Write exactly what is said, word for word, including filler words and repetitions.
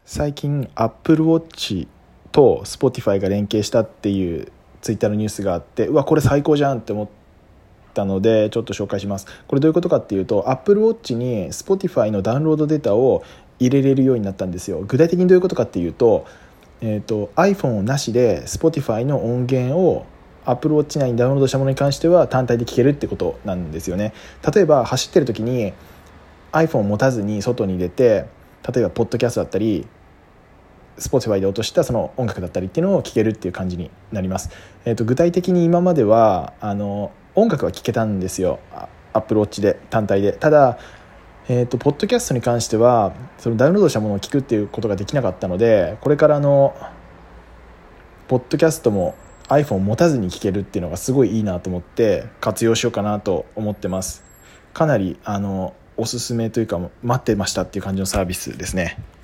最近 Apple Watch と Spotify が連携したっていうツイッターのニュースがあって、うわこれ最高じゃんって思ったのでちょっと紹介します。これどういうことかっていうと、 Apple Watch に Spotify のダウンロードデータを入れれるようになったんですよ。具体的にどういうことかっていうと、えーと iPhone なしで Spotify の音源を Apple Watch 内にダウンロードしたものに関しては単体で聴けるってことなんですよね。例えば走ってる時に iPhone を持たずに外に出て、例えばポッドキャストだったりSpotify で落としたその音楽だったりっていうのを聴けるっていう感じになります。えーと具体的に今まではあの音楽は聴けたんですよ、Apple Watch で単体で。ただえーとポッドキャストに関してはそのダウンロードしたものを聞くっていうことができなかったので、これからのポッドキャストも iPhone を持たずに聞けるっていうのがすごいいいなと思って活用しようかなと思ってます。かなりあのおすすめというか待ってましたっていう感じのサービスですね。